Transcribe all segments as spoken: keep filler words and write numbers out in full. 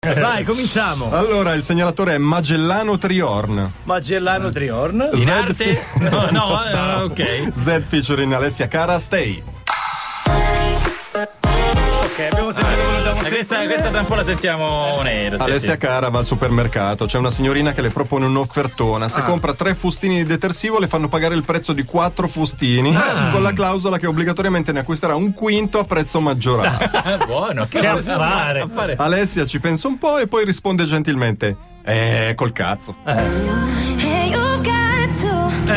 Vai, cominciamo. Allora, il segnalatore è Magellano Triorn. Magellano Triorn. In Z arte? No, no, eh, ok. Z featuring Alessia Cara, Stay. Ok, abbiamo sentito quello che Eh, questa, questa tra un po' la sentiamo nera. Sì, Alessia sì. Cara va al supermercato, c'è una signorina che le propone un'offertona. Se Ah. compra tre fustini di detersivo le fanno pagare il prezzo di quattro fustini, Ah. con la clausola che obbligatoriamente ne acquisterà un quinto a prezzo maggiorato. Buono, che, Che cosa affare. a fare? Alessia ci pensa un po' e poi risponde gentilmente: Eh, col cazzo. Hey, you've got to.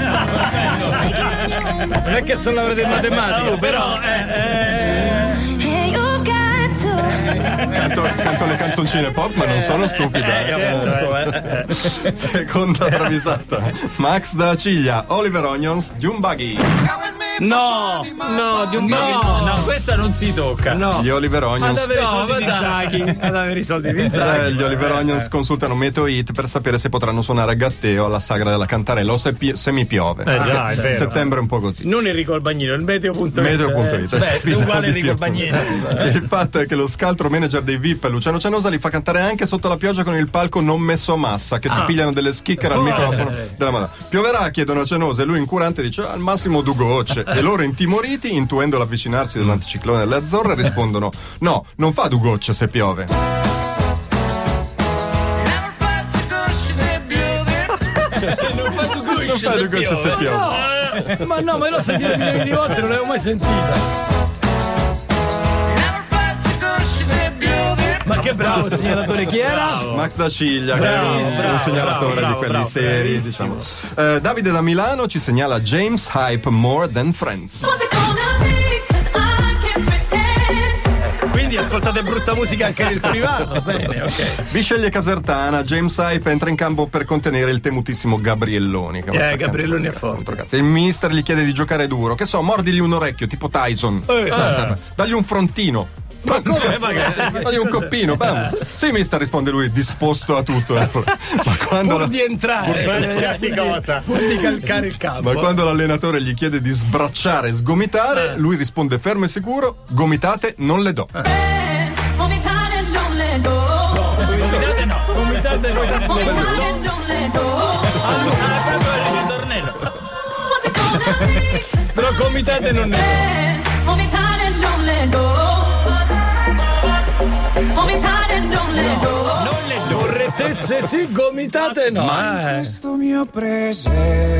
Non è che sono laureato in matematica, però eh, eh. Hey, you've got to. Canto, canto le canzoncine pop, ma non sono stupide. Eh, appunto, eh. Seconda travisata. Max da Ciglia, Oliver Onions, Dune Buggy. No, no, di un No, no, questa non si tocca. No. Gli Oliver Ad Onions. avere i No, soldi ma di dai. Inzaghi. Ad avere i soldi di Inzaghi. Eh, gli Oliver Onions consultano Meteo Hit per sapere se potranno suonare a Gatteo alla sagra della Cantarella o se, pi- se mi piove. Eh già, è vero. Settembre è un po' così. Non Enrico Albagnino, il meteo punto it. Meteo punto it. Beh, è uguale Enrico Bagnino. Il fatto è che lo scaltro manager dei V I P, Luciano Cianosa, li fa cantare anche sotto la pioggia con il palco non messo a massa, che si pigliano delle schicchere al microfono della Madonna. Pioverà, chiedono a Cianosa e lui incurante dice al massimo due gocce. E loro intimoriti, intuendo l'avvicinarsi dell'anticiclone delle Azzorre, rispondono: no, non fa due gocce se piove. Non fa tu Non fa due gocce se piove. No, ma no, ma io l'ho sentito milioni di volte, non l'avevo mai sentita. Ma che bravo segnalatore, chi era? Max da Ciglia, che è un, Bravissimo, un segnalatore bravo, di quelli bravo, seri, bravissimo. diciamo. Eh, Davide da Milano ci segnala James Hype More Than Friends. What's it gonna be? 'Cause I can't pretend. Quindi ascoltate brutta musica anche nel privato. Bene, ok. Vi sceglie Casertana, James Hype entra in campo per contenere il temutissimo Gabrielloni. Che è un Eh, attaccante Gabrielloni è contro forte. cazzo. Il mister gli chiede di giocare duro, che so, mordigli un orecchio, tipo Tyson. Eh, Dai, serve. Dagli un frontino. Ma come? Dagli un coppino, bam. Sì, mister, risponde lui, disposto a tutto. Ma quando, Pur la- di entrare, qualsiasi pur di- cosa. pur di calcare il campo. ma quando l'allenatore gli chiede di sbracciare e sgomitare, lui risponde fermo e sicuro: gomitate non le do. Friends, hold me tight and don't let go. Vomitate no. Vomitate voi. Hold me tight and don't let go. Ah, proprio il ritornello. What's it gonna be? 'Cause Però gomitate non ne friends, hold me tight and don't let go. Hold me tight and don't let go. non le scorrettezze sì, gomitate no. Eh. Questo mio presente.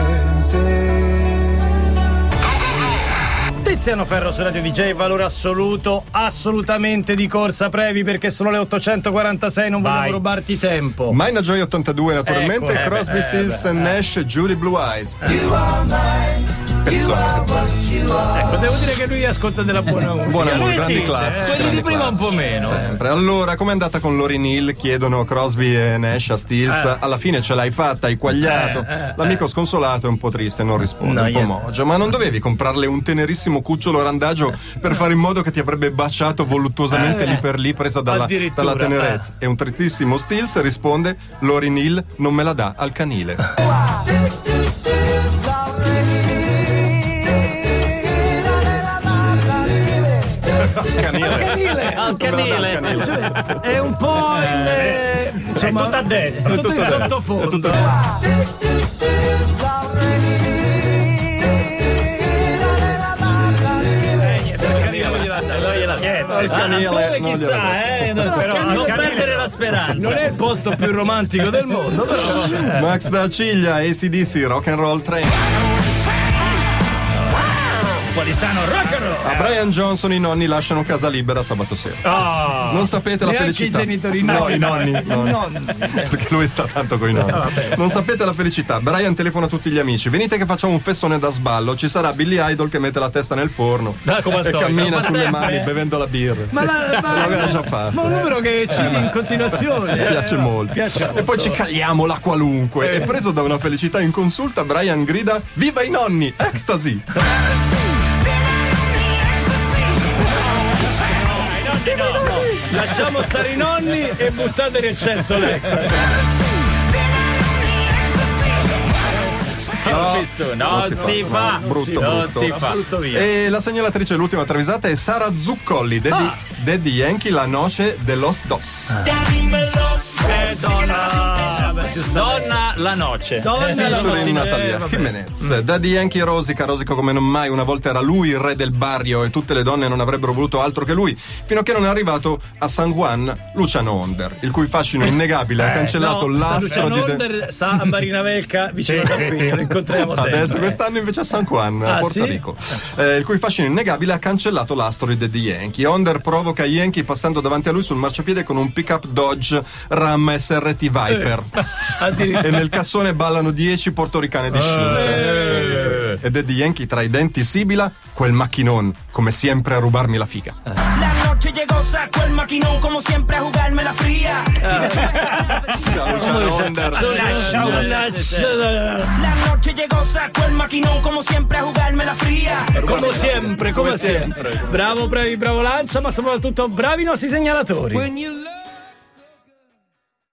Tiziano Ferro su Radio D J, valore assoluto, assolutamente di corsa brevi perché sono le ottocentoquarantasei, non vogliamo Vai. rubarti tempo. Mina Joy ottantadue naturalmente, Ecco, eh, Crosby, beh, Stills eh, and Nash, Judy Blue Eyes. Pezzone, pezzone. Ecco, devo dire che lui ascolta della buona musica. Buona Lui musica, sì, grandi classici. quelli Quelli di grandi prima un classici. po' meno. Sempre. Allora, com'è andata con Lori Neal? Chiedono Crosby e Nash a Stills. Eh. Alla fine ce l'hai fatta, hai quagliato. Eh, eh, L'amico sconsolato è un po' triste, non risponde, No, un po' io- mogio. Ma non dovevi comprarle un tenerissimo cucciolo randagio per fare in modo che ti avrebbe baciato voluttuosamente Eh. lì per lì, presa dalla, Addirittura, dalla tenerezza? E un tristissimo Stills risponde: Lori Neal non me la dà al canile. Canile. Canile. Al canile. Cioè, è un po' in eh, insomma, è tutto a destra. tutto in sottofondo. È tutto- Eh, niente, il canile non gliela dà. Non gliela Niente. Al canile, Poi non chissà, glielo eh. Però non non perdere la speranza. Non è il posto più romantico del mondo, però. Max da Ciglia, A C D C, Rock and Roll Train. Un po' di sano rock and roll. A Brian Johnson i nonni lasciano casa libera sabato sera. Ah, Non sapete la Neanche felicità. i genitori, no, no, i nonni. no. I nonni. Perché lui sta tanto con i nonni. Non sapete la felicità. Brian telefona a tutti gli amici. Venite che facciamo un festone da sballo. Ci sarà Billy Idol che mette la testa nel forno Ah, come al e solito. cammina Fa sulle sempre, mani eh. bevendo la birra. Ma, la, ma, L'aveva già fatto. ma un numero che citi in continuazione. Mi piace molto. Piace E poi ci cagliamo la qualunque. E preso da una felicità inconsulta, Brian grida: Viva i nonni! Ecstasy! Lasciamo stare i nonni e buttate in eccesso l'extra. Ho visto. No, non si si fa, fa. no, brutto, Non brutto. si fa. Brutto via. E la segnalatrice, l'ultima travisata, è Sara Zuccolli, dedi- Daddy Yankee, La Noche de los Dos. Eh, donna, beh, Donna la noce. donna la Featuring noce, Natalia eh, vabbè. Jimenez. Daddy Yankee rosica, rosico come non mai. Una volta era lui il re del barrio e tutte le donne non avrebbero voluto altro che lui, fino a che non è arrivato a San Juan Luciano Onder, il cui fascino innegabile ha cancellato No, sta l'astro Luciano di de- Onder, sta a Marinavelca vicino Sì, a sì, qui, sì. lo incontriamo sempre. Adesso quest'anno invece a San Juan, a Ah, Porto sì? Rico, eh, il cui fascino innegabile ha cancellato l'astro di Daddy Yankee. Onder provoca Yankee passando davanti a lui sul marciapiede con un pick-up Dodge Ram S R T Viper. Addirittura. E nel cassone ballano dieci portoricane discinte. E Daddy Yankee tra i denti sibila: quel macchinon, come sempre a rubarmi la figa. La noche llegó, sacó el maquinón, como siempre a jugarme la fría. Luciano Onder. Lascia un lascia- La noche llegó, sacó el maquinón, como siempre a jugarme la fría. Come sempre, come sempre. Bravo, bravi, bravo Lancia, ma soprattutto bravi i nostri segnalatori. When you love